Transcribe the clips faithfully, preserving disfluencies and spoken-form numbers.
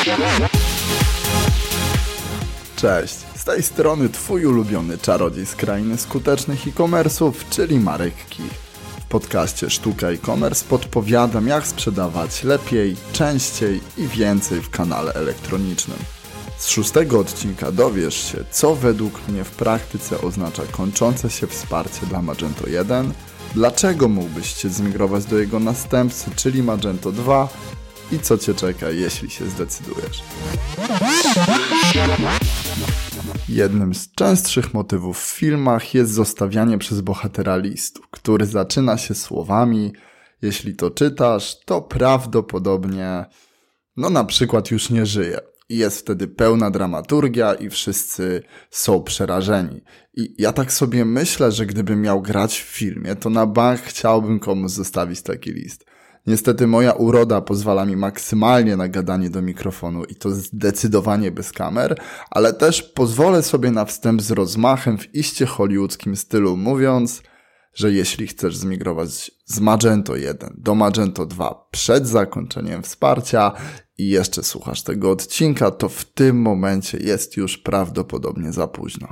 Cześć, z tej strony twój ulubiony czarodziej z krainy skutecznych e-commerce'ów, czyli Marek Kich. W podcaście Sztuka e-commerce podpowiadam, jak sprzedawać lepiej, częściej i więcej w kanale elektronicznym. Z szóstego odcinka dowiesz się, co według mnie w praktyce oznacza kończące się wsparcie dla Magento jeden, dlaczego mógłbyś zmigrować do jego następcy, czyli Magento dwa i co Cię czeka, jeśli się zdecydujesz. Jednym z częstszych motywów w filmach jest zostawianie przez bohatera listu, który zaczyna się słowami: jeśli to czytasz, to prawdopodobnie, no na przykład już nie żyje. I jest wtedy pełna dramaturgia i wszyscy są przerażeni. I ja tak sobie myślę, że gdybym miał grać w filmie, to na bank chciałbym komuś zostawić taki list. Niestety moja uroda pozwala mi maksymalnie na gadanie do mikrofonu i to zdecydowanie bez kamer, ale też pozwolę sobie na wstęp z rozmachem w iście hollywoodzkim stylu, mówiąc, że jeśli chcesz zmigrować z Magento jeden do Magento dwa przed zakończeniem wsparcia i jeszcze słuchasz tego odcinka, to w tym momencie jest już prawdopodobnie za późno.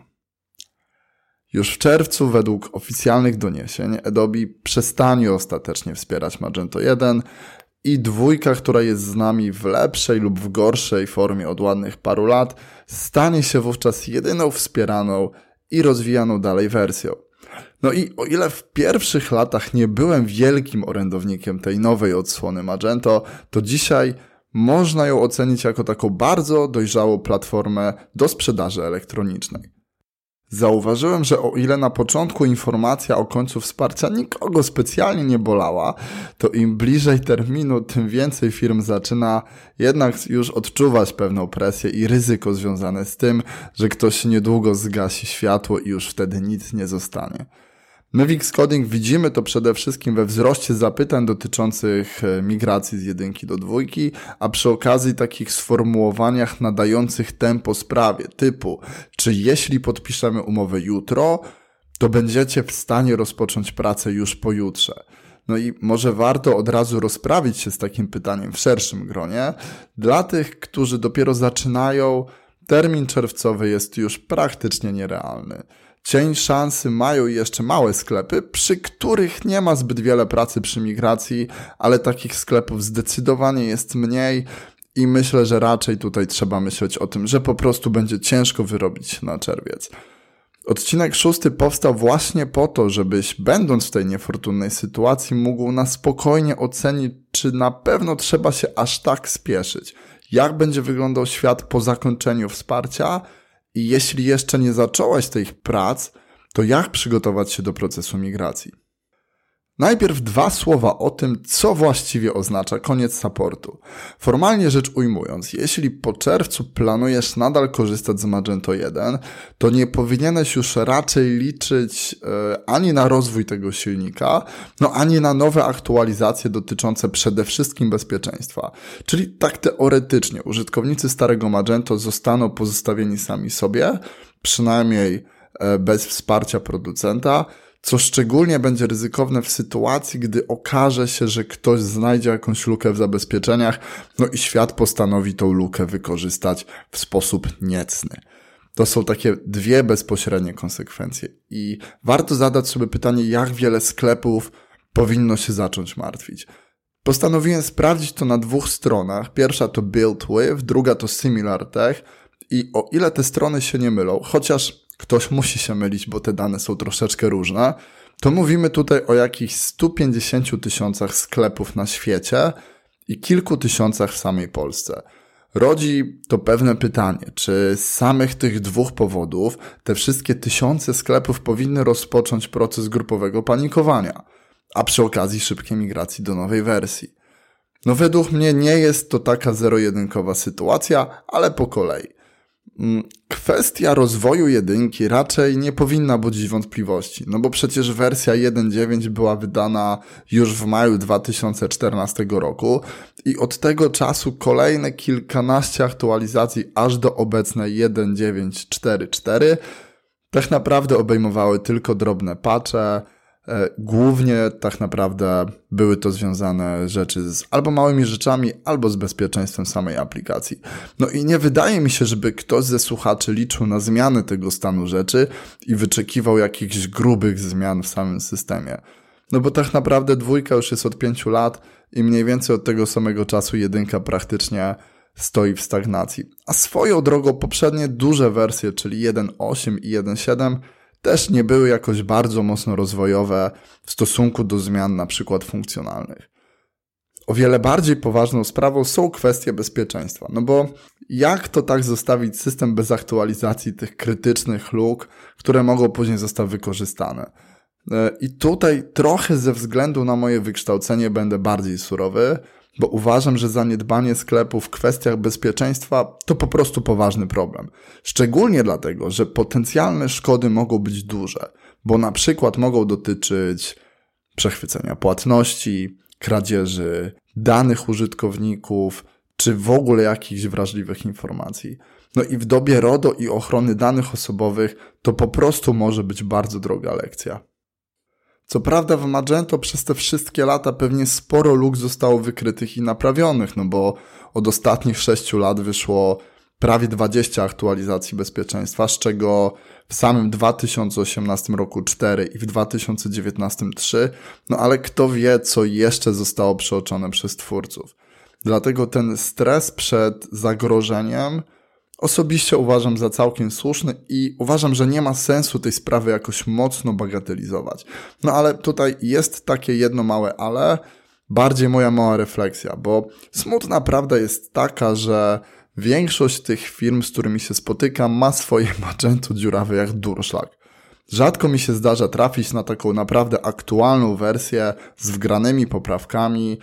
Już w czerwcu według oficjalnych doniesień Adobe przestanie ostatecznie wspierać Magento jeden i dwójka, która jest z nami w lepszej lub w gorszej formie od ładnych paru lat, stanie się wówczas jedyną wspieraną i rozwijaną dalej wersją. No i o ile w pierwszych latach nie byłem wielkim orędownikiem tej nowej odsłony Magento, to dzisiaj można ją ocenić jako taką bardzo dojrzałą platformę do sprzedaży elektronicznej. Zauważyłem, że o ile na początku informacja o końcu wsparcia nikogo specjalnie nie bolała, to im bliżej terminu, tym więcej firm zaczyna jednak już odczuwać pewną presję i ryzyko związane z tym, że ktoś niedługo zgasi światło i już wtedy nic nie zostanie. My w Xcoding widzimy to przede wszystkim we wzroście zapytań dotyczących migracji z jedynki do dwójki, a przy okazji takich sformułowaniach nadających tempo sprawie, typu: czy jeśli podpiszemy umowę jutro, to będziecie w stanie rozpocząć pracę już pojutrze. No i może warto od razu rozprawić się z takim pytaniem w szerszym gronie. Dla tych, którzy dopiero zaczynają, termin czerwcowy jest już praktycznie nierealny. Cień szansy mają jeszcze małe sklepy, przy których nie ma zbyt wiele pracy przy migracji, ale takich sklepów zdecydowanie jest mniej i myślę, że raczej tutaj trzeba myśleć o tym, że po prostu będzie ciężko wyrobić się na czerwiec. Odcinek szósty powstał właśnie po to, żebyś, będąc w tej niefortunnej sytuacji, mógł na spokojnie ocenić, czy na pewno trzeba się aż tak spieszyć. Jak będzie wyglądał świat po zakończeniu wsparcia? I jeśli jeszcze nie zacząłeś tych prac, to jak przygotować się do procesu migracji? Najpierw dwa słowa o tym, co właściwie oznacza koniec supportu. Formalnie rzecz ujmując, jeśli po czerwcu planujesz nadal korzystać z Magento jeden, to nie powinieneś już raczej liczyć e, ani na rozwój tego silnika, no ani na nowe aktualizacje dotyczące przede wszystkim bezpieczeństwa. Czyli tak teoretycznie użytkownicy starego Magento zostaną pozostawieni sami sobie, przynajmniej e, bez wsparcia producenta, co szczególnie będzie ryzykowne w sytuacji, gdy okaże się, że ktoś znajdzie jakąś lukę w zabezpieczeniach, no i świat postanowi tą lukę wykorzystać w sposób niecny. To są takie dwie bezpośrednie konsekwencje i warto zadać sobie pytanie, jak wiele sklepów powinno się zacząć martwić. Postanowiłem sprawdzić to na dwóch stronach. Pierwsza to Build With, druga to SimilarTech i o ile te strony się nie mylą, chociaż ktoś musi się mylić, bo te dane są troszeczkę różne, to mówimy tutaj o jakichś stu pięćdziesięciu tysiącach sklepów na świecie i kilku tysiącach w samej Polsce. Rodzi to pewne pytanie, czy z samych tych dwóch powodów te wszystkie tysiące sklepów powinny rozpocząć proces grupowego panikowania, a przy okazji szybkiej migracji do nowej wersji. No według mnie nie jest to taka zero-jedynkowa sytuacja, ale po kolei. Kwestia rozwoju jedynki raczej nie powinna budzić wątpliwości, no bo przecież wersja jeden dziewięć była wydana już w maju dwa tysiące czternastego roku i od tego czasu kolejne kilkanaście aktualizacji aż do obecnej jeden dziewięć cztery cztery tak naprawdę obejmowały tylko drobne patche, Głównie tak naprawdę były to związane rzeczy z albo małymi rzeczami, albo z bezpieczeństwem samej aplikacji. No i nie wydaje mi się, żeby ktoś ze słuchaczy liczył na zmiany tego stanu rzeczy i wyczekiwał jakichś grubych zmian w samym systemie. No bo tak naprawdę dwójka już jest od pięciu lat i mniej więcej od tego samego czasu jedynka praktycznie stoi w stagnacji. A swoją drogą poprzednie duże wersje, czyli jeden osiem i jeden siedem, też nie były jakoś bardzo mocno rozwojowe w stosunku do zmian na przykład funkcjonalnych. O wiele bardziej poważną sprawą są kwestie bezpieczeństwa, no bo jak to tak zostawić system bez aktualizacji tych krytycznych luk, które mogą później zostać wykorzystane? I tutaj trochę ze względu na moje wykształcenie będę bardziej surowy, bo uważam, że zaniedbanie sklepu w kwestiach bezpieczeństwa to po prostu poważny problem. Szczególnie dlatego, że potencjalne szkody mogą być duże, bo na przykład mogą dotyczyć przechwycenia płatności, kradzieży, danych użytkowników, czy w ogóle jakichś wrażliwych informacji. No i w dobie RODO i ochrony danych osobowych to po prostu może być bardzo droga lekcja. Co prawda w Magento przez te wszystkie lata pewnie sporo luk zostało wykrytych i naprawionych, no bo od ostatnich sześciu lat wyszło prawie dwadzieścia aktualizacji bezpieczeństwa, z czego w samym dwa tysiące osiemnastym roku cztery i w dwa tysiące dziewiętnastym trzy, no ale kto wie, co jeszcze zostało przeoczone przez twórców. Dlatego ten stres przed zagrożeniem osobiście uważam za całkiem słuszny i uważam, że nie ma sensu tej sprawy jakoś mocno bagatelizować. No ale tutaj jest takie jedno małe ale, bardziej moja mała refleksja, bo smutna prawda jest taka, że większość tych firm, z którymi się spotykam, ma swoje Magento dziurawe jak durszlak. Rzadko mi się zdarza trafić na taką naprawdę aktualną wersję z wgranymi poprawkami,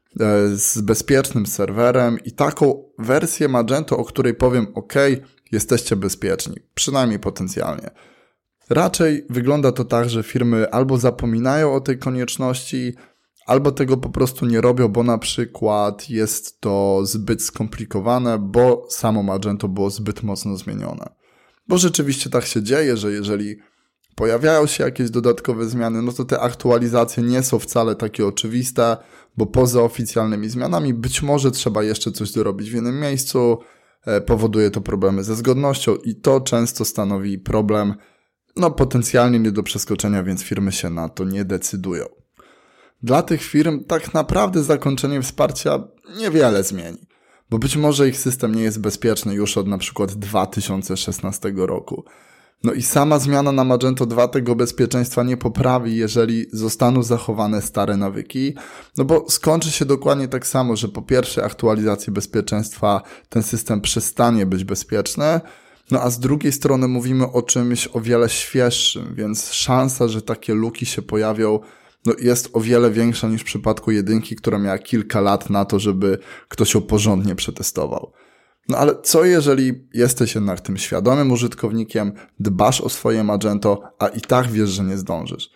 z bezpiecznym serwerem i taką wersję Magento, o której powiem ok, jesteście bezpieczni, przynajmniej potencjalnie. Raczej wygląda to tak, że firmy albo zapominają o tej konieczności, albo tego po prostu nie robią, bo na przykład jest to zbyt skomplikowane, bo samo Magento było zbyt mocno zmienione. Bo rzeczywiście tak się dzieje, że jeżeli pojawiają się jakieś dodatkowe zmiany, no to te aktualizacje nie są wcale takie oczywiste, bo poza oficjalnymi zmianami być może trzeba jeszcze coś dorobić w innym miejscu, powoduje to problemy ze zgodnością i to często stanowi problem, no potencjalnie nie do przeskoczenia, więc firmy się na to nie decydują. Dla tych firm tak naprawdę zakończenie wsparcia niewiele zmieni, bo być może ich system nie jest bezpieczny już od na przykład dwa tysiące szesnastego roku. No i sama zmiana na Magento dwa tego bezpieczeństwa nie poprawi, jeżeli zostaną zachowane stare nawyki, no bo skończy się dokładnie tak samo, że po pierwszej aktualizacji bezpieczeństwa ten system przestanie być bezpieczny, no a z drugiej strony mówimy o czymś o wiele świeższym, więc szansa, że takie luki się pojawią, no jest o wiele większa niż w przypadku jedynki, która miała kilka lat na to, żeby ktoś ją porządnie przetestował. No ale co jeżeli jesteś jednak tym świadomym użytkownikiem, dbasz o swoje Magento, a i tak wiesz, że nie zdążysz?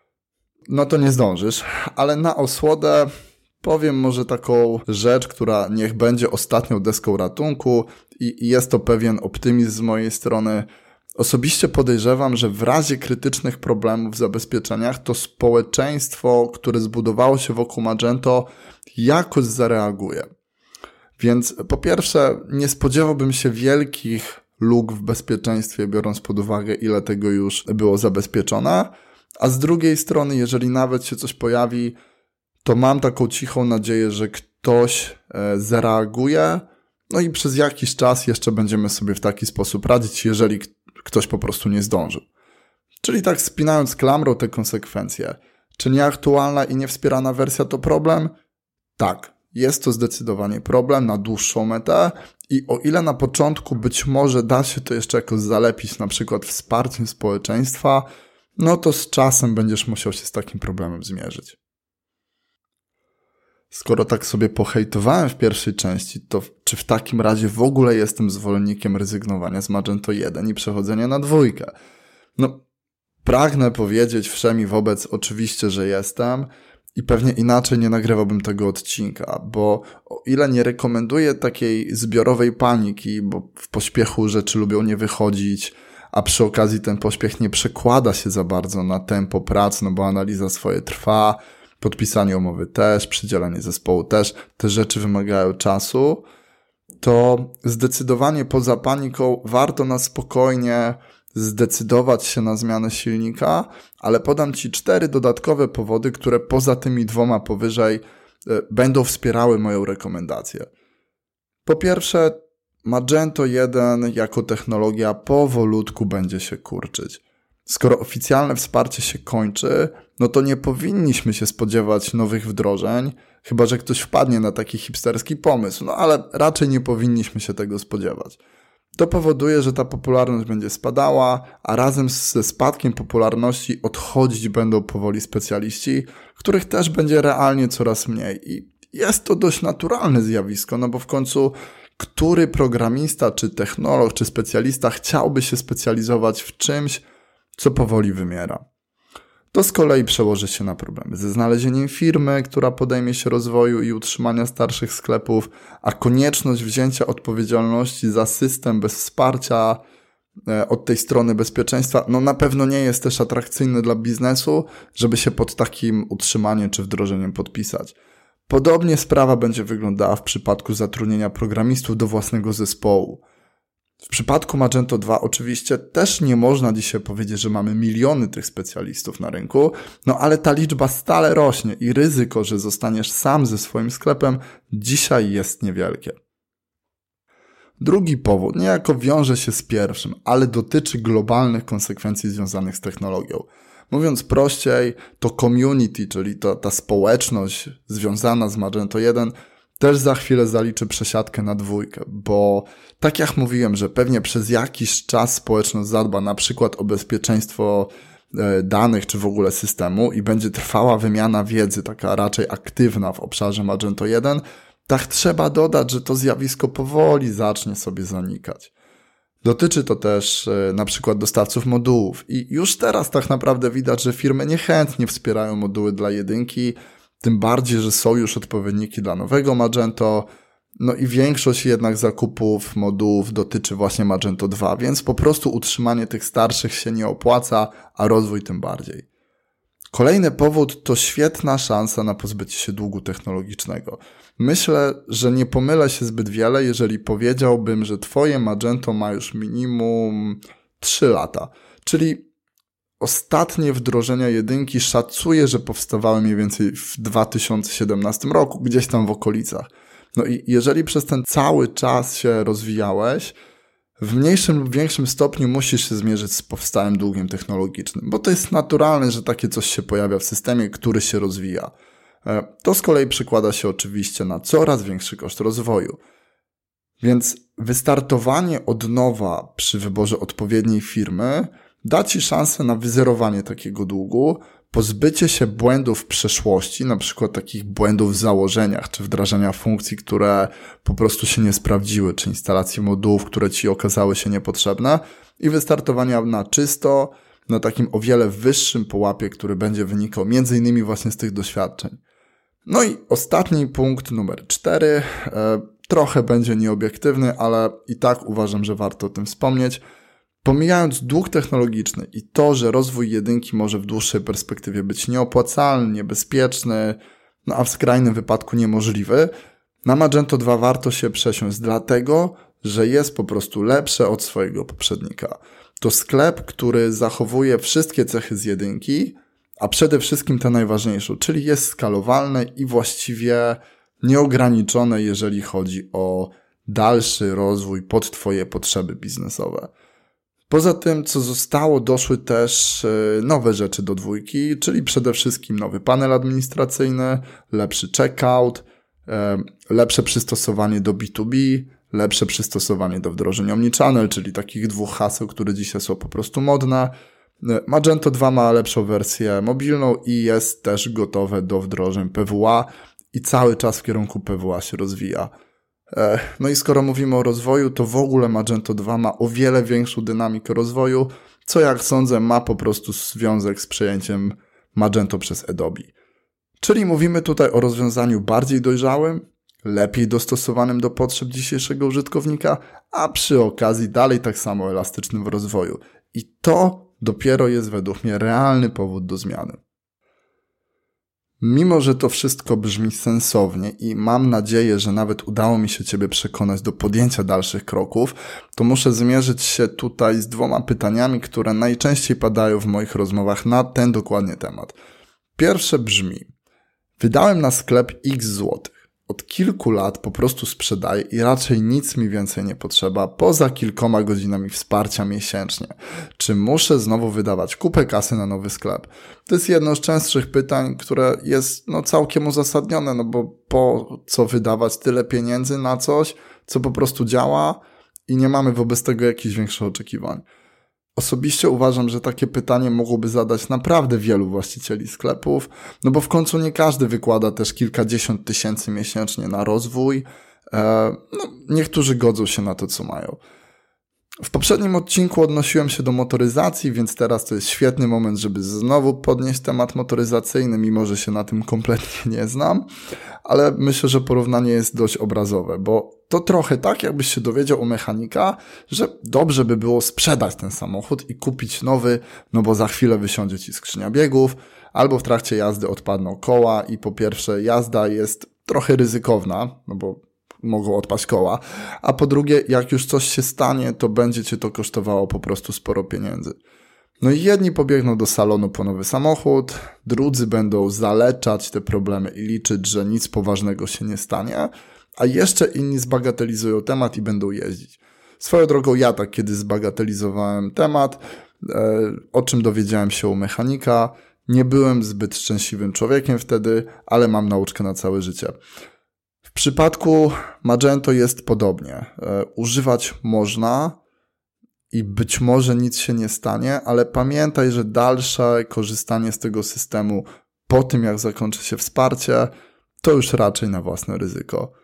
No to nie zdążysz, ale na osłodę powiem może taką rzecz, która niech będzie ostatnią deską ratunku i jest to pewien optymizm z mojej strony. Osobiście podejrzewam, że w razie krytycznych problemów w zabezpieczeniach to społeczeństwo, które zbudowało się wokół Magento, jakoś zareaguje. Więc po pierwsze nie spodziewałbym się wielkich luk w bezpieczeństwie, biorąc pod uwagę, ile tego już było zabezpieczone, a z drugiej strony, jeżeli nawet się coś pojawi, to mam taką cichą nadzieję, że ktoś zareaguje, no i przez jakiś czas jeszcze będziemy sobie w taki sposób radzić, jeżeli ktoś po prostu nie zdążył. Czyli tak spinając klamrą te konsekwencje. Czy nieaktualna i niewspierana wersja to problem? Tak. Jest to zdecydowanie problem na dłuższą metę i o ile na początku być może da się to jeszcze jakoś zalepić, na przykład wsparciem społeczeństwa, no to z czasem będziesz musiał się z takim problemem zmierzyć. Skoro tak sobie pohejtowałem w pierwszej części, to czy w takim razie w ogóle jestem zwolennikiem rezygnowania z Magento jeden i przechodzenia na dwójkę? No, pragnę powiedzieć wszemi wobec oczywiście, że jestem, i pewnie inaczej nie nagrywałbym tego odcinka, bo o ile nie rekomenduję takiej zbiorowej paniki, bo w pośpiechu rzeczy lubią nie wychodzić, a przy okazji ten pośpiech nie przekłada się za bardzo na tempo prac, no bo analiza swoje trwa, podpisanie umowy też, przydzielanie zespołu też, te rzeczy wymagają czasu, to zdecydowanie poza paniką warto na spokojnie zdecydować się na zmianę silnika, ale podam Ci cztery dodatkowe powody, które poza tymi dwoma powyżej będą wspierały moją rekomendację. Po pierwsze, Magento jeden jako technologia powolutku będzie się kurczyć. Skoro oficjalne wsparcie się kończy, no to nie powinniśmy się spodziewać nowych wdrożeń, chyba że ktoś wpadnie na taki hipsterski pomysł, no ale raczej nie powinniśmy się tego spodziewać. To powoduje, że ta popularność będzie spadała, a razem ze spadkiem popularności odchodzić będą powoli specjaliści, których też będzie realnie coraz mniej. I jest to dość naturalne zjawisko, no bo w końcu który programista, czy technolog, czy specjalista chciałby się specjalizować w czymś, co powoli wymiera. To z kolei przełoży się na problemy ze znalezieniem firmy, która podejmie się rozwoju i utrzymania starszych sklepów, a konieczność wzięcia odpowiedzialności za system bez wsparcia od tej strony bezpieczeństwa, no na pewno nie jest też atrakcyjny dla biznesu, żeby się pod takim utrzymaniem czy wdrożeniem podpisać. Podobnie sprawa będzie wyglądała w przypadku zatrudnienia programistów do własnego zespołu. W przypadku Magento dwa oczywiście też nie można dzisiaj powiedzieć, że mamy miliony tych specjalistów na rynku, no ale ta liczba stale rośnie i ryzyko, że zostaniesz sam ze swoim sklepem dzisiaj jest niewielkie. Drugi powód niejako wiąże się z pierwszym, ale dotyczy globalnych konsekwencji związanych z technologią. Mówiąc prościej, to community, czyli to, ta społeczność związana z Magento jeden też za chwilę zaliczy przesiadkę na dwójkę, bo tak jak mówiłem, że pewnie przez jakiś czas społeczność zadba na przykład o bezpieczeństwo danych czy w ogóle systemu i będzie trwała wymiana wiedzy, taka raczej aktywna w obszarze Magento jeden, tak trzeba dodać, że to zjawisko powoli zacznie sobie zanikać. Dotyczy to też na przykład dostawców modułów i już teraz tak naprawdę widać, że firmy niechętnie wspierają moduły dla jedynki, tym bardziej, że są już odpowiedniki dla nowego Magento, no i większość jednak zakupów modułów dotyczy właśnie Magento dwa, więc po prostu utrzymanie tych starszych się nie opłaca, a rozwój tym bardziej. Kolejny powód to świetna szansa na pozbycie się długu technologicznego. Myślę, że nie pomylę się zbyt wiele, jeżeli powiedziałbym, że Twoje Magento ma już minimum trzy lata, czyli ostatnie wdrożenia jedynki szacuję, że powstawały mniej więcej w dwa tysiące siedemnastym roku, gdzieś tam w okolicach. No i jeżeli przez ten cały czas się rozwijałeś, w mniejszym lub większym stopniu musisz się zmierzyć z powstałym długiem technologicznym, bo to jest naturalne, że takie coś się pojawia w systemie, który się rozwija. To z kolei przekłada się oczywiście na coraz większy koszt rozwoju. Więc wystartowanie od nowa przy wyborze odpowiedniej firmy da Ci szansę na wyzerowanie takiego długu, pozbycie się błędów w przeszłości, na przykład takich błędów w założeniach, czy wdrażania funkcji, które po prostu się nie sprawdziły, czy instalacji modułów, które Ci okazały się niepotrzebne i wystartowania na czysto, na takim o wiele wyższym pułapie, który będzie wynikał między innymi właśnie z tych doświadczeń. No i ostatni punkt, numer cztery, e, trochę będzie nieobiektywny, ale i tak uważam, że warto o tym wspomnieć. Pomijając dług technologiczny i to, że rozwój jedynki może w dłuższej perspektywie być nieopłacalny, niebezpieczny, no a w skrajnym wypadku niemożliwy, na Magento dwa warto się przesiąść dlatego, że jest po prostu lepsze od swojego poprzednika. To sklep, który zachowuje wszystkie cechy z jedynki, a przede wszystkim tę najważniejszą, czyli jest skalowalne i właściwie nieograniczone, jeżeli chodzi o dalszy rozwój pod Twoje potrzeby biznesowe. Poza tym, co zostało, doszły też nowe rzeczy do dwójki, czyli przede wszystkim nowy panel administracyjny, lepszy checkout, lepsze przystosowanie do B dwa B, lepsze przystosowanie do wdrożeń omnichannel, czyli takich dwóch haseł, które dzisiaj są po prostu modne. Magento dwa ma lepszą wersję mobilną i jest też gotowe do wdrożeń P W A i cały czas w kierunku P W A się rozwija. No i skoro mówimy o rozwoju, to w ogóle Magento dwa ma o wiele większą dynamikę rozwoju, co jak sądzę ma po prostu związek z przejęciem Magento przez Adobe. Czyli mówimy tutaj o rozwiązaniu bardziej dojrzałym, lepiej dostosowanym do potrzeb dzisiejszego użytkownika, a przy okazji dalej tak samo elastycznym w rozwoju. I to dopiero jest według mnie realny powód do zmiany. Mimo że to wszystko brzmi sensownie i mam nadzieję, że nawet udało mi się Ciebie przekonać do podjęcia dalszych kroków, to muszę zmierzyć się tutaj z dwoma pytaniami, które najczęściej padają w moich rozmowach na ten dokładnie temat. Pierwsze brzmi: wydałem na sklep X złotych. Od kilku lat po prostu sprzedaję i raczej nic mi więcej nie potrzeba, poza kilkoma godzinami wsparcia miesięcznie. Czy muszę znowu wydawać kupę kasy na nowy sklep? To jest jedno z częstszych pytań, które jest no całkiem uzasadnione, no bo po co wydawać tyle pieniędzy na coś, co po prostu działa i nie mamy wobec tego jakichś większych oczekiwań. Osobiście uważam, że takie pytanie mogłoby zadać naprawdę wielu właścicieli sklepów, no bo w końcu nie każdy wykłada też kilkadziesiąt tysięcy miesięcznie na rozwój. E, no, niektórzy godzą się na to, co mają. W poprzednim odcinku odnosiłem się do motoryzacji, więc teraz to jest świetny moment, żeby znowu podnieść temat motoryzacyjny, mimo że się na tym kompletnie nie znam, ale myślę, że porównanie jest dość obrazowe, bo to trochę tak, jakbyś się dowiedział u mechanika, że dobrze by było sprzedać ten samochód i kupić nowy, no bo za chwilę wysiądzie ci skrzynia biegów, albo w trakcie jazdy odpadną koła i po pierwsze jazda jest trochę ryzykowna, no bo mogą odpaść koła, a po drugie, jak już coś się stanie, to będzie cię to kosztowało po prostu sporo pieniędzy. No i jedni pobiegną do salonu po nowy samochód, drudzy będą zaleczać te problemy i liczyć, że nic poważnego się nie stanie, a jeszcze inni zbagatelizują temat i będą jeździć. Swoją drogą ja tak kiedy zbagatelizowałem temat, o czym dowiedziałem się u mechanika, nie byłem zbyt szczęśliwym człowiekiem wtedy, ale mam nauczkę na całe życie. W przypadku Magento jest podobnie. E, używać można i być może nic się nie stanie, ale pamiętaj, że dalsze korzystanie z tego systemu po tym, jak zakończy się wsparcie, to już raczej na własne ryzyko.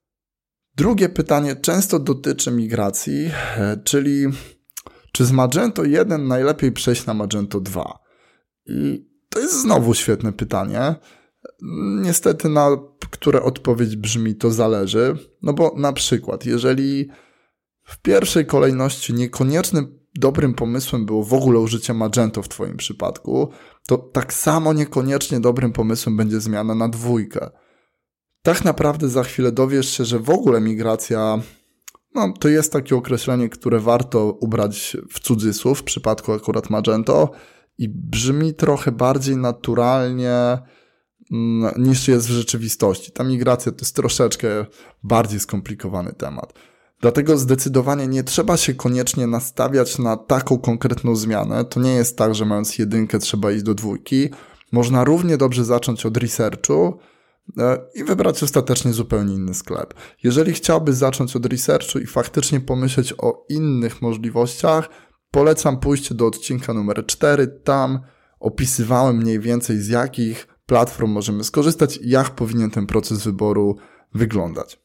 Drugie pytanie często dotyczy migracji, e, czyli czy z Magento jeden najlepiej przejść na Magento dwa? I to jest znowu świetne pytanie. Niestety na które odpowiedź brzmi to zależy, no bo na przykład jeżeli w pierwszej kolejności niekoniecznym dobrym pomysłem było w ogóle użycie Magento w Twoim przypadku, to tak samo niekoniecznie dobrym pomysłem będzie zmiana na dwójkę. Tak naprawdę za chwilę dowiesz się, że w ogóle migracja, no to jest takie określenie, które warto ubrać w cudzysłów w przypadku akurat Magento i brzmi trochę bardziej naturalnie niż jest w rzeczywistości. Ta migracja to jest troszeczkę bardziej skomplikowany temat. Dlatego zdecydowanie nie trzeba się koniecznie nastawiać na taką konkretną zmianę. To nie jest tak, że mając jedynkę trzeba iść do dwójki. Można równie dobrze zacząć od researchu i wybrać ostatecznie zupełnie inny sklep. Jeżeli chciałbyś zacząć od researchu i faktycznie pomyśleć o innych możliwościach, polecam pójście do odcinka numer cztery. Tam opisywałem mniej więcej z jakich platform możemy skorzystać i jak powinien ten proces wyboru wyglądać.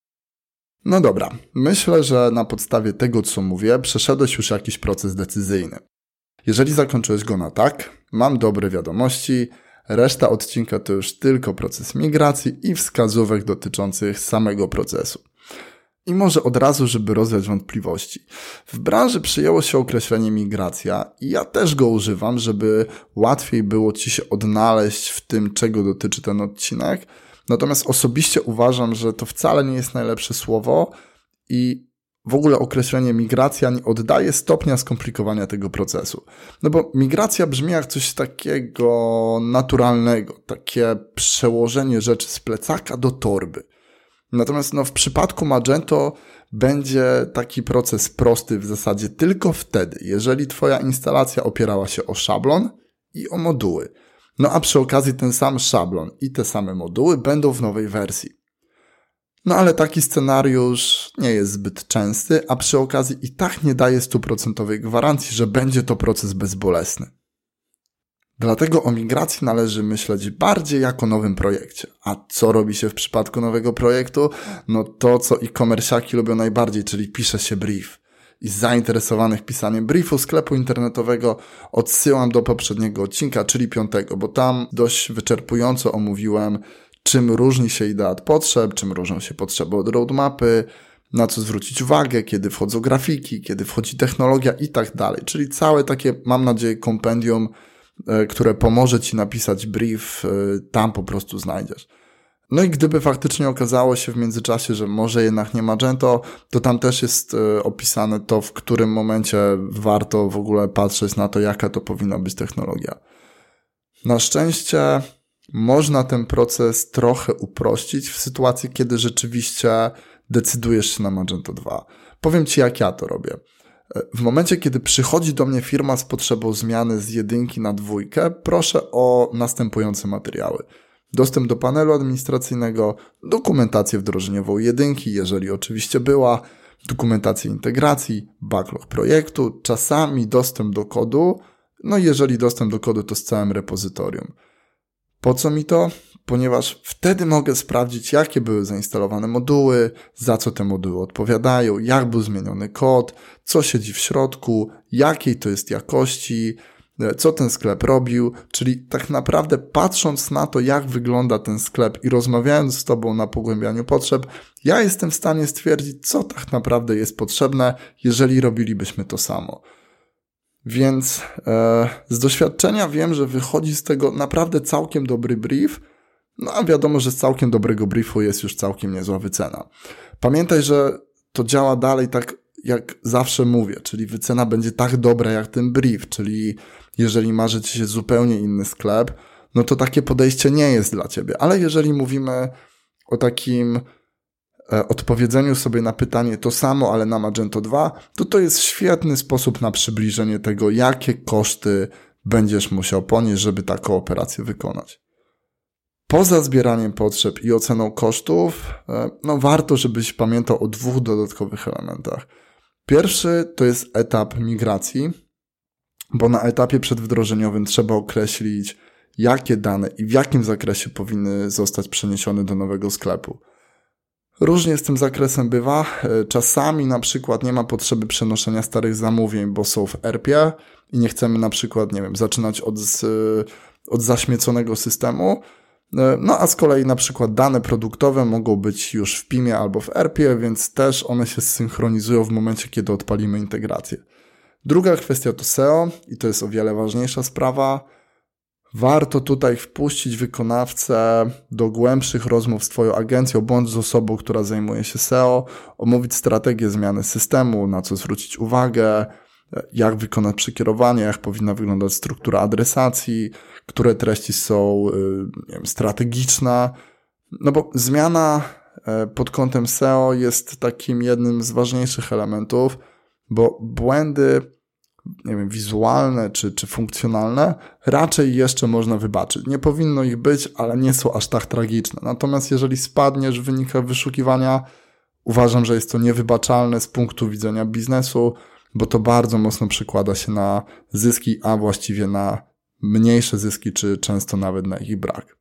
No dobra, myślę, że na podstawie tego, co mówię, przeszedłeś już jakiś proces decyzyjny. Jeżeli zakończyłeś go na tak, mam dobre wiadomości, reszta odcinka to już tylko proces migracji i wskazówek dotyczących samego procesu. I może od razu, żeby rozwiać wątpliwości. W branży przyjęło się określenie migracja i ja też go używam, żeby łatwiej było Ci się odnaleźć w tym, czego dotyczy ten odcinek. Natomiast osobiście uważam, że to wcale nie jest najlepsze słowo i w ogóle określenie migracja nie oddaje stopnia skomplikowania tego procesu. No bo migracja brzmi jak coś takiego naturalnego, takie przełożenie rzeczy z plecaka do torby. Natomiast no, w przypadku Magento będzie taki proces prosty w zasadzie tylko wtedy, jeżeli Twoja instalacja opierała się o szablon i o moduły. No a przy okazji ten sam szablon i te same moduły będą w nowej wersji. No ale taki scenariusz nie jest zbyt częsty, a przy okazji i tak nie daje stuprocentowej gwarancji, że będzie to proces bezbolesny. Dlatego o migracji należy myśleć bardziej jako o nowym projekcie. A co robi się w przypadku nowego projektu? No to, co e-commerciaki lubią najbardziej, czyli pisze się brief. I z zainteresowanych pisaniem briefu sklepu internetowego odsyłam do poprzedniego odcinka, czyli piątego, bo tam dość wyczerpująco omówiłem, czym różni się idea od potrzeb, czym różnią się potrzeby od roadmapy, na co zwrócić uwagę, kiedy wchodzą grafiki, kiedy wchodzi technologia i tak dalej. Czyli całe takie, mam nadzieję, kompendium, które pomoże Ci napisać brief, tam po prostu znajdziesz. No i gdyby faktycznie okazało się w międzyczasie, że może jednak nie Magento, to tam też jest opisane to, w którym momencie warto w ogóle patrzeć na to, jaka to powinna być technologia. Na szczęście można ten proces trochę uprościć w sytuacji, kiedy rzeczywiście decydujesz się na Magento dwa. Powiem Ci, jak ja to robię. W momencie, kiedy przychodzi do mnie firma z potrzebą zmiany z jedynki na dwójkę, proszę o następujące materiały. Dostęp do panelu administracyjnego, dokumentację wdrożeniową jedynki, jeżeli oczywiście była, dokumentację integracji, backlog projektu, czasami dostęp do kodu, no i jeżeli dostęp do kodu, to z całym repozytorium. Po co mi to? Ponieważ wtedy mogę sprawdzić, jakie były zainstalowane moduły, za co te moduły odpowiadają, jak był zmieniony kod, co siedzi w środku, jakiej to jest jakości, co ten sklep robił, czyli tak naprawdę patrząc na to, jak wygląda ten sklep i rozmawiając z Tobą na pogłębianiu potrzeb, ja jestem w stanie stwierdzić, co tak naprawdę jest potrzebne, jeżeli robilibyśmy to samo. Więc e, z doświadczenia wiem, że wychodzi z tego naprawdę całkiem dobry brief, no a wiadomo, że z całkiem dobrego briefu jest już całkiem niezła wycena. Pamiętaj, że to działa dalej tak, jak zawsze mówię, czyli wycena będzie tak dobra jak ten brief, czyli jeżeli marzy Ci się zupełnie inny sklep, no to takie podejście nie jest dla Ciebie. Ale jeżeli mówimy o takim e, odpowiedzeniu sobie na pytanie to samo, ale na Magento dwa, to to jest świetny sposób na przybliżenie tego, jakie koszty będziesz musiał ponieść, żeby taką operację wykonać. Poza zbieraniem potrzeb i oceną kosztów, e, no warto, żebyś pamiętał o dwóch dodatkowych elementach. Pierwszy to jest etap migracji, bo na etapie przedwdrożeniowym trzeba określić, jakie dane i w jakim zakresie powinny zostać przeniesione do nowego sklepu. Różnie z tym zakresem bywa. Czasami na przykład nie ma potrzeby przenoszenia starych zamówień, bo są w E R P-ie i nie chcemy na przykład, nie wiem, zaczynać od, od zaśmieconego systemu. No a z kolei na przykład dane produktowe mogą być już w P I M-ie albo w E R P-ie, więc też one się zsynchronizują w momencie, kiedy odpalimy integrację. Druga kwestia to S E O i to jest o wiele ważniejsza sprawa. Warto tutaj wpuścić wykonawcę do głębszych rozmów z Twoją agencją bądź z osobą, która zajmuje się S E O, omówić strategię zmiany systemu, na co zwrócić uwagę, jak wykonać przekierowanie, jak powinna wyglądać struktura adresacji, które treści są nie wiem, strategiczne. No bo zmiana pod kątem S E O jest takim jednym z ważniejszych elementów, bo błędy, nie wiem, wizualne czy, czy funkcjonalne raczej jeszcze można wybaczyć. Nie powinno ich być, ale nie są aż tak tragiczne. Natomiast jeżeli spadniesz w wynikach wyszukiwania, uważam, że jest to niewybaczalne z punktu widzenia biznesu, bo to bardzo mocno przekłada się na zyski, a właściwie na mniejsze zyski, czy często nawet na ich brak.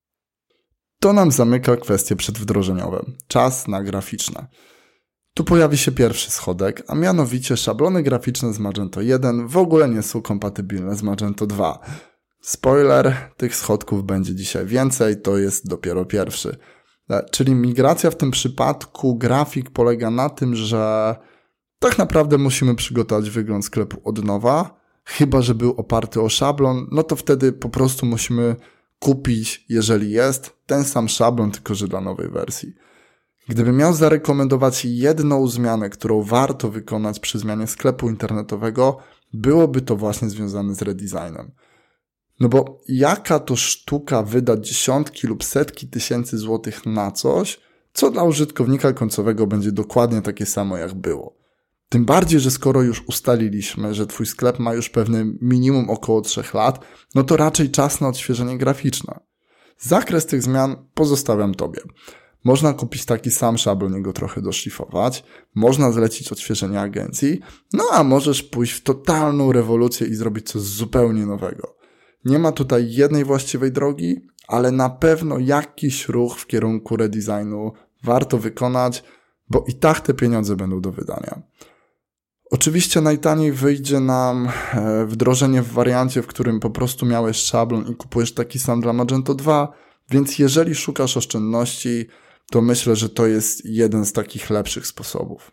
To nam zamyka kwestie przedwdrożeniowe. Czas na graficzne. Tu pojawi się pierwszy schodek, a mianowicie szablony graficzne z Magento jeden w ogóle nie są kompatybilne z Magento dwa. Spoiler, tych schodków będzie dzisiaj więcej, to jest dopiero pierwszy. Czyli migracja w tym przypadku grafik polega na tym, że tak naprawdę musimy przygotować wygląd sklepu od nowa, chyba że był oparty o szablon, no to wtedy po prostu musimy kupić, jeżeli jest, ten sam szablon, tylko że dla nowej wersji. Gdybym miał zarekomendować jedną zmianę, którą warto wykonać przy zmianie sklepu internetowego, byłoby to właśnie związane z redesignem. No bo jaka to sztuka wydać dziesiątki lub setki tysięcy złotych na coś, co dla użytkownika końcowego będzie dokładnie takie samo jak było. Tym bardziej, że skoro już ustaliliśmy, że Twój sklep ma już pewne minimum około trzech lat, no to raczej czas na odświeżenie graficzne. Zakres tych zmian pozostawiam Tobie. Można kupić taki sam szablon i go trochę doszlifować, można zlecić odświeżenie agencji, no a możesz pójść w totalną rewolucję i zrobić coś zupełnie nowego. Nie ma tutaj jednej właściwej drogi, ale na pewno jakiś ruch w kierunku redesignu warto wykonać, bo i tak te pieniądze będą do wydania. Oczywiście najtaniej wyjdzie nam wdrożenie w wariancie, w którym po prostu miałeś szablon i kupujesz taki sam dla Magento dwa, więc jeżeli szukasz oszczędności, to myślę, że to jest jeden z takich lepszych sposobów.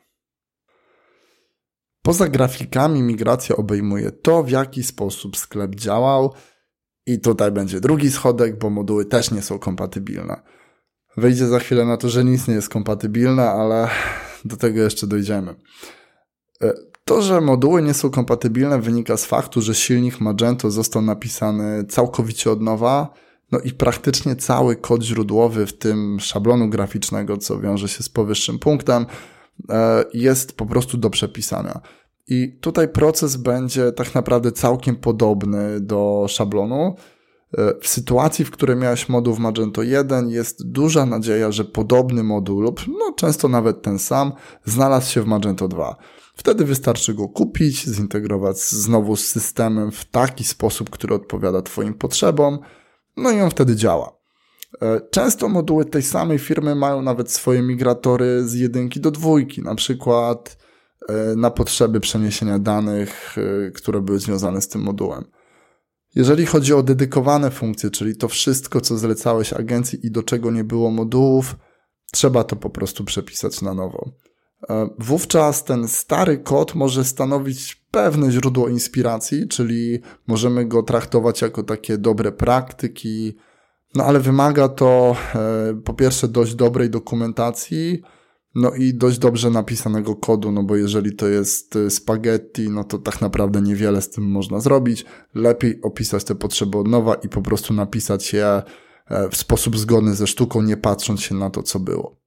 Poza grafikami migracja obejmuje to, w jaki sposób sklep działał i tutaj będzie drugi schodek, bo moduły też nie są kompatybilne. Wyjdzie za chwilę na to, że nic nie jest kompatybilne, ale do tego jeszcze dojdziemy. To, że moduły nie są kompatybilne, wynika z faktu, że silnik Magento został napisany całkowicie od nowa, no i praktycznie cały kod źródłowy, w tym szablonu graficznego, co wiąże się z powyższym punktem, jest po prostu do przepisania. I tutaj proces będzie tak naprawdę całkiem podobny do szablonu. W sytuacji, w której miałeś moduł w Magento jeden, jest duża nadzieja, że podobny moduł lub no, często nawet ten sam znalazł się w Magento dwa. Wtedy wystarczy go kupić, zintegrować znowu z systemem w taki sposób, który odpowiada Twoim potrzebom, no i on wtedy działa. Często moduły tej samej firmy mają nawet swoje migratory z jedynki do dwójki, na przykład na potrzeby przeniesienia danych, które były związane z tym modułem. Jeżeli chodzi o dedykowane funkcje, czyli to wszystko, co zlecałeś agencji i do czego nie było modułów, trzeba to po prostu przepisać na nowo. Wówczas ten stary kod może stanowić pewne źródło inspiracji, czyli możemy go traktować jako takie dobre praktyki, no ale wymaga to po pierwsze dość dobrej dokumentacji, no i dość dobrze napisanego kodu, no bo jeżeli to jest spaghetti, no to tak naprawdę niewiele z tym można zrobić. Lepiej opisać te potrzeby od nowa i po prostu napisać je w sposób zgodny ze sztuką, nie patrząc się na to, co było.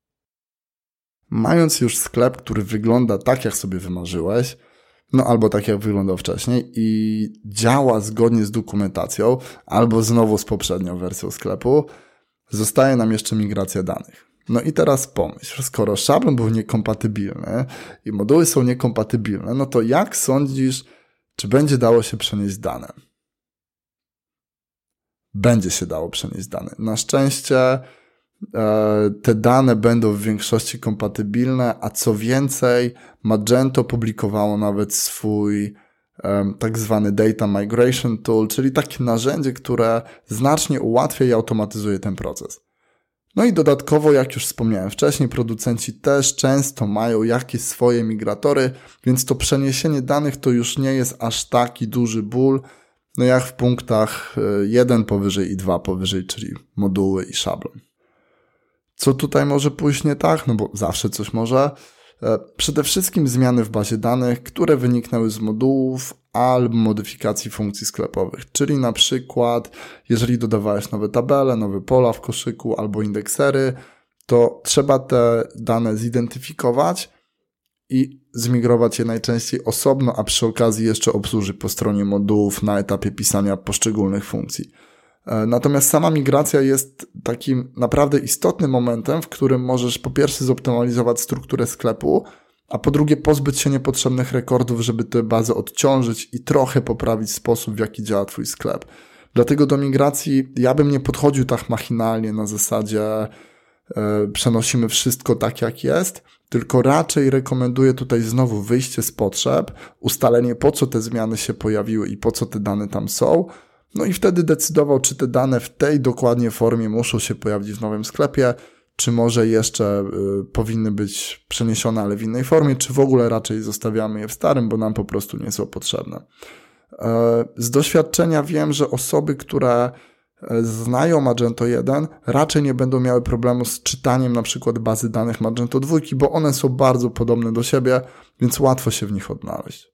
Mając już sklep, który wygląda tak, jak sobie wymarzyłeś, no albo tak, jak wyglądał wcześniej i działa zgodnie z dokumentacją, albo znowu z poprzednią wersją sklepu, zostaje nam jeszcze migracja danych. No i teraz pomyśl, skoro szablon był niekompatybilny i moduły są niekompatybilne, no to jak sądzisz, czy będzie dało się przenieść dane? Będzie się dało przenieść dane. Na szczęście te dane będą w większości kompatybilne, a co więcej, Magento publikowało nawet swój um, tak zwany Data Migration Tool, czyli takie narzędzie, które znacznie ułatwia i automatyzuje ten proces. No i dodatkowo, jak już wspomniałem wcześniej, producenci też często mają jakieś swoje migratory, więc to przeniesienie danych to już nie jest aż taki duży ból, no jak w punktach jeden powyżej i dwa powyżej, czyli moduły i szablon. Co tutaj może pójść nie tak? No bo zawsze coś może. Przede wszystkim zmiany w bazie danych, które wyniknęły z modułów albo modyfikacji funkcji sklepowych. Czyli na przykład, jeżeli dodawałeś nowe tabele, nowe pola w koszyku albo indeksery, to trzeba te dane zidentyfikować i zmigrować je najczęściej osobno, a przy okazji jeszcze obsłużyć po stronie modułów na etapie pisania poszczególnych funkcji. Natomiast sama migracja jest takim naprawdę istotnym momentem, w którym możesz po pierwsze zoptymalizować strukturę sklepu, a po drugie pozbyć się niepotrzebnych rekordów, żeby tę bazę odciążyć i trochę poprawić sposób, w jaki działa Twój sklep. Dlatego do migracji ja bym nie podchodził tak machinalnie na zasadzie yy, przenosimy wszystko tak jak jest, tylko raczej rekomenduję tutaj znowu wyjście z potrzeb, ustalenie po co te zmiany się pojawiły i po co te dane tam są, no i wtedy decydował, czy te dane w tej dokładnie formie muszą się pojawić w nowym sklepie, czy może jeszcze y, powinny być przeniesione, ale w innej formie, czy w ogóle raczej zostawiamy je w starym, bo nam po prostu nie są potrzebne. Y, z doświadczenia wiem, że osoby, które znają Magento jeden, raczej nie będą miały problemu z czytaniem na przykład bazy danych Magento dwa, bo one są bardzo podobne do siebie, więc łatwo się w nich odnaleźć.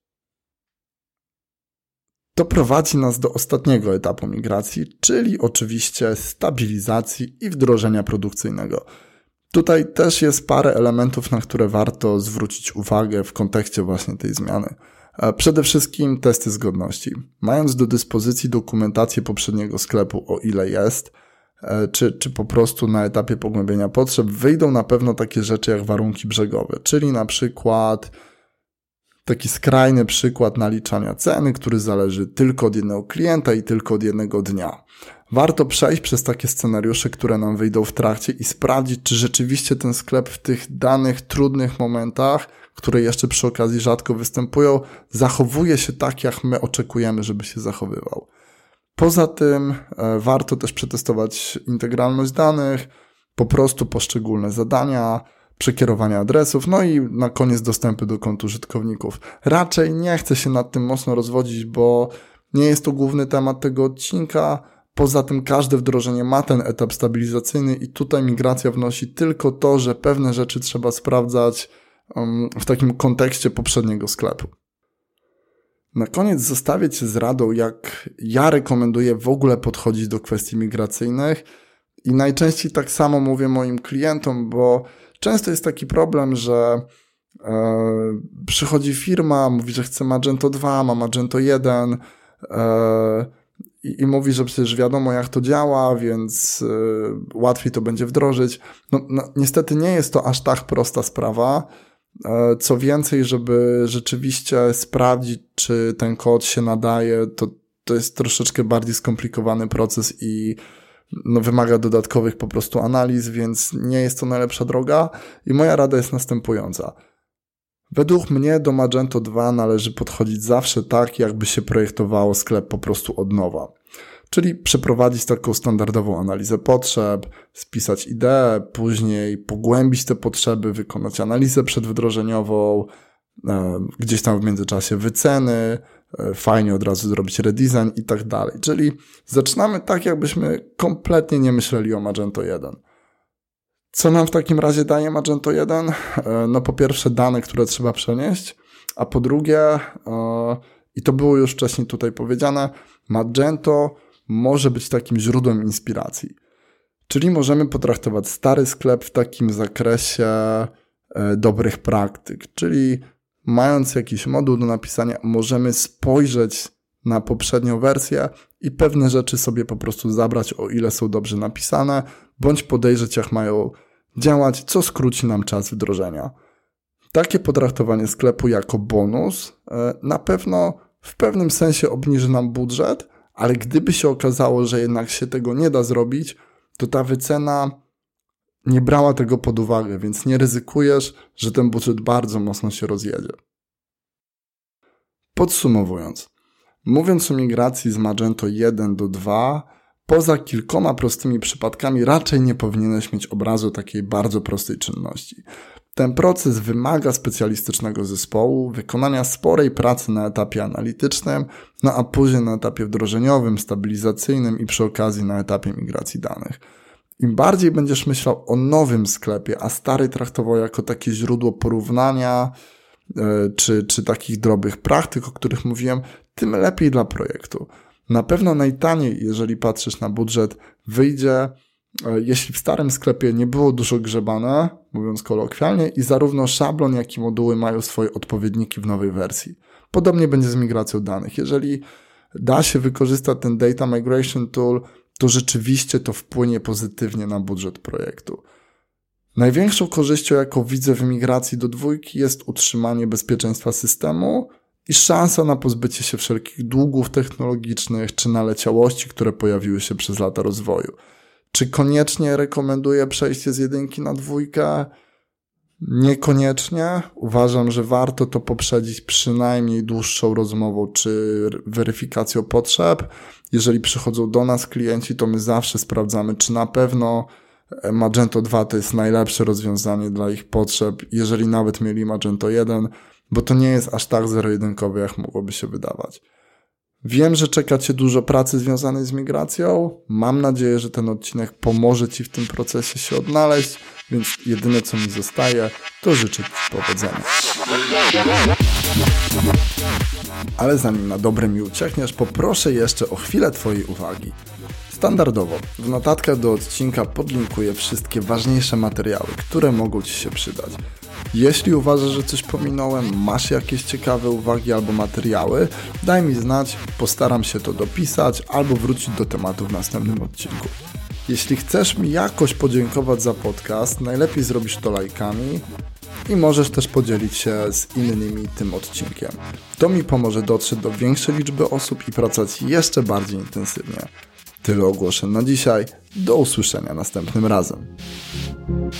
To prowadzi nas do ostatniego etapu migracji, czyli oczywiście stabilizacji i wdrożenia produkcyjnego. Tutaj też jest parę elementów, na które warto zwrócić uwagę w kontekście właśnie tej zmiany. Przede wszystkim testy zgodności. Mając do dyspozycji dokumentację poprzedniego sklepu, o ile jest, czy, czy po prostu na etapie pogłębienia potrzeb, wyjdą na pewno takie rzeczy jak warunki brzegowe, czyli na przykład taki skrajny przykład naliczania ceny, który zależy tylko od jednego klienta i tylko od jednego dnia. Warto przejść przez takie scenariusze, które nam wyjdą w trakcie i sprawdzić, czy rzeczywiście ten sklep w tych danych, trudnych momentach, które jeszcze przy okazji rzadko występują, zachowuje się tak, jak my oczekujemy, żeby się zachowywał. Poza tym e, warto też przetestować integralność danych, po prostu poszczególne zadania, przekierowanie adresów, no i na koniec dostępy do kont użytkowników. Raczej nie chcę się nad tym mocno rozwodzić, bo nie jest to główny temat tego odcinka. Poza tym każde wdrożenie ma ten etap stabilizacyjny i tutaj migracja wnosi tylko to, że pewne rzeczy trzeba sprawdzać um, w takim kontekście poprzedniego sklepu. Na koniec zostawię Cię z radą, jak ja rekomenduję w ogóle podchodzić do kwestii migracyjnych i najczęściej tak samo mówię moim klientom, bo często jest taki problem, że e, przychodzi firma, mówi, że chce Magento dwa, ma Magento jeden e, i, i mówi, że przecież wiadomo jak to działa, więc e, łatwiej to będzie wdrożyć. No, no, niestety nie jest to aż tak prosta sprawa. E, co więcej, żeby rzeczywiście sprawdzić, czy ten kod się nadaje, to, to jest troszeczkę bardziej skomplikowany proces i no, wymaga dodatkowych po prostu analiz, więc nie jest to najlepsza droga i moja rada jest następująca. Według mnie do Magento dwa należy podchodzić zawsze tak, jakby się projektowało sklep po prostu od nowa. Czyli przeprowadzić taką standardową analizę potrzeb, spisać ideę, później pogłębić te potrzeby, wykonać analizę przedwdrożeniową, gdzieś tam w międzyczasie wyceny, fajnie od razu zrobić redesign i tak dalej. Czyli zaczynamy tak, jakbyśmy kompletnie nie myśleli o Magento jeden. Co nam w takim razie daje Magento jeden? No po pierwsze dane, które trzeba przenieść, a po drugie, i to było już wcześniej tutaj powiedziane, Magento może być takim źródłem inspiracji. Czyli możemy potraktować stary sklep w takim zakresie dobrych praktyk, czyli mając jakiś moduł do napisania, możemy spojrzeć na poprzednią wersję i pewne rzeczy sobie po prostu zabrać, o ile są dobrze napisane, bądź podejrzeć, jak mają działać, co skróci nam czas wdrożenia. Takie potraktowanie sklepu jako bonus na pewno w pewnym sensie obniży nam budżet, ale gdyby się okazało, że jednak się tego nie da zrobić, to ta wycena nie brała tego pod uwagę, więc nie ryzykujesz, że ten budżet bardzo mocno się rozjedzie. Podsumowując, mówiąc o migracji z Magento jeden do dwa, poza kilkoma prostymi przypadkami raczej nie powinieneś mieć obrazu takiej bardzo prostej czynności. Ten proces wymaga specjalistycznego zespołu, wykonania sporej pracy na etapie analitycznym, no a później na etapie wdrożeniowym, stabilizacyjnym i przy okazji na etapie migracji danych. Im bardziej będziesz myślał o nowym sklepie, a stary traktował jako takie źródło porównania yy, czy, czy takich drobnych praktyk, o których mówiłem, tym lepiej dla projektu. Na pewno najtaniej, jeżeli patrzysz na budżet, wyjdzie, yy, jeśli w starym sklepie nie było dużo grzebane, mówiąc kolokwialnie, i zarówno szablon, jak i moduły mają swoje odpowiedniki w nowej wersji. Podobnie będzie z migracją danych. Jeżeli da się wykorzystać ten Data Migration Tool, to rzeczywiście to wpłynie pozytywnie na budżet projektu. Największą korzyścią, jaką widzę w migracji do dwójki, jest utrzymanie bezpieczeństwa systemu i szansa na pozbycie się wszelkich długów technologicznych czy naleciałości, które pojawiły się przez lata rozwoju. Czy koniecznie rekomenduję przejście z jedynki na dwójkę? Niekoniecznie. Uważam, że warto to poprzedzić przynajmniej dłuższą rozmową czy weryfikacją potrzeb. Jeżeli przychodzą do nas klienci, to my zawsze sprawdzamy, czy na pewno Magento dwa to jest najlepsze rozwiązanie dla ich potrzeb, jeżeli nawet mieli Magento jeden, bo to nie jest aż tak zero-jedynkowe, jak mogłoby się wydawać. Wiem, że czeka Cię dużo pracy związanej z migracją. Mam nadzieję, że ten odcinek pomoże Ci w tym procesie się odnaleźć, więc jedyne co mi zostaje, to życzyć Ci powodzenia. Ale zanim na dobre mi uciekniesz, poproszę jeszcze o chwilę Twojej uwagi. Standardowo w notatkach do odcinka podlinkuję wszystkie ważniejsze materiały, które mogą Ci się przydać. Jeśli uważasz, że coś pominąłem, masz jakieś ciekawe uwagi albo materiały, daj mi znać, postaram się to dopisać albo wrócić do tematu w następnym odcinku. Jeśli chcesz mi jakoś podziękować za podcast, najlepiej zrobisz to lajkami i możesz też podzielić się z innymi tym odcinkiem. To mi pomoże dotrzeć do większej liczby osób i pracować jeszcze bardziej intensywnie. Tyle ogłoszeń na dzisiaj. Do usłyszenia następnym razem.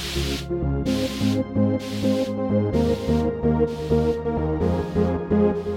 Thank you.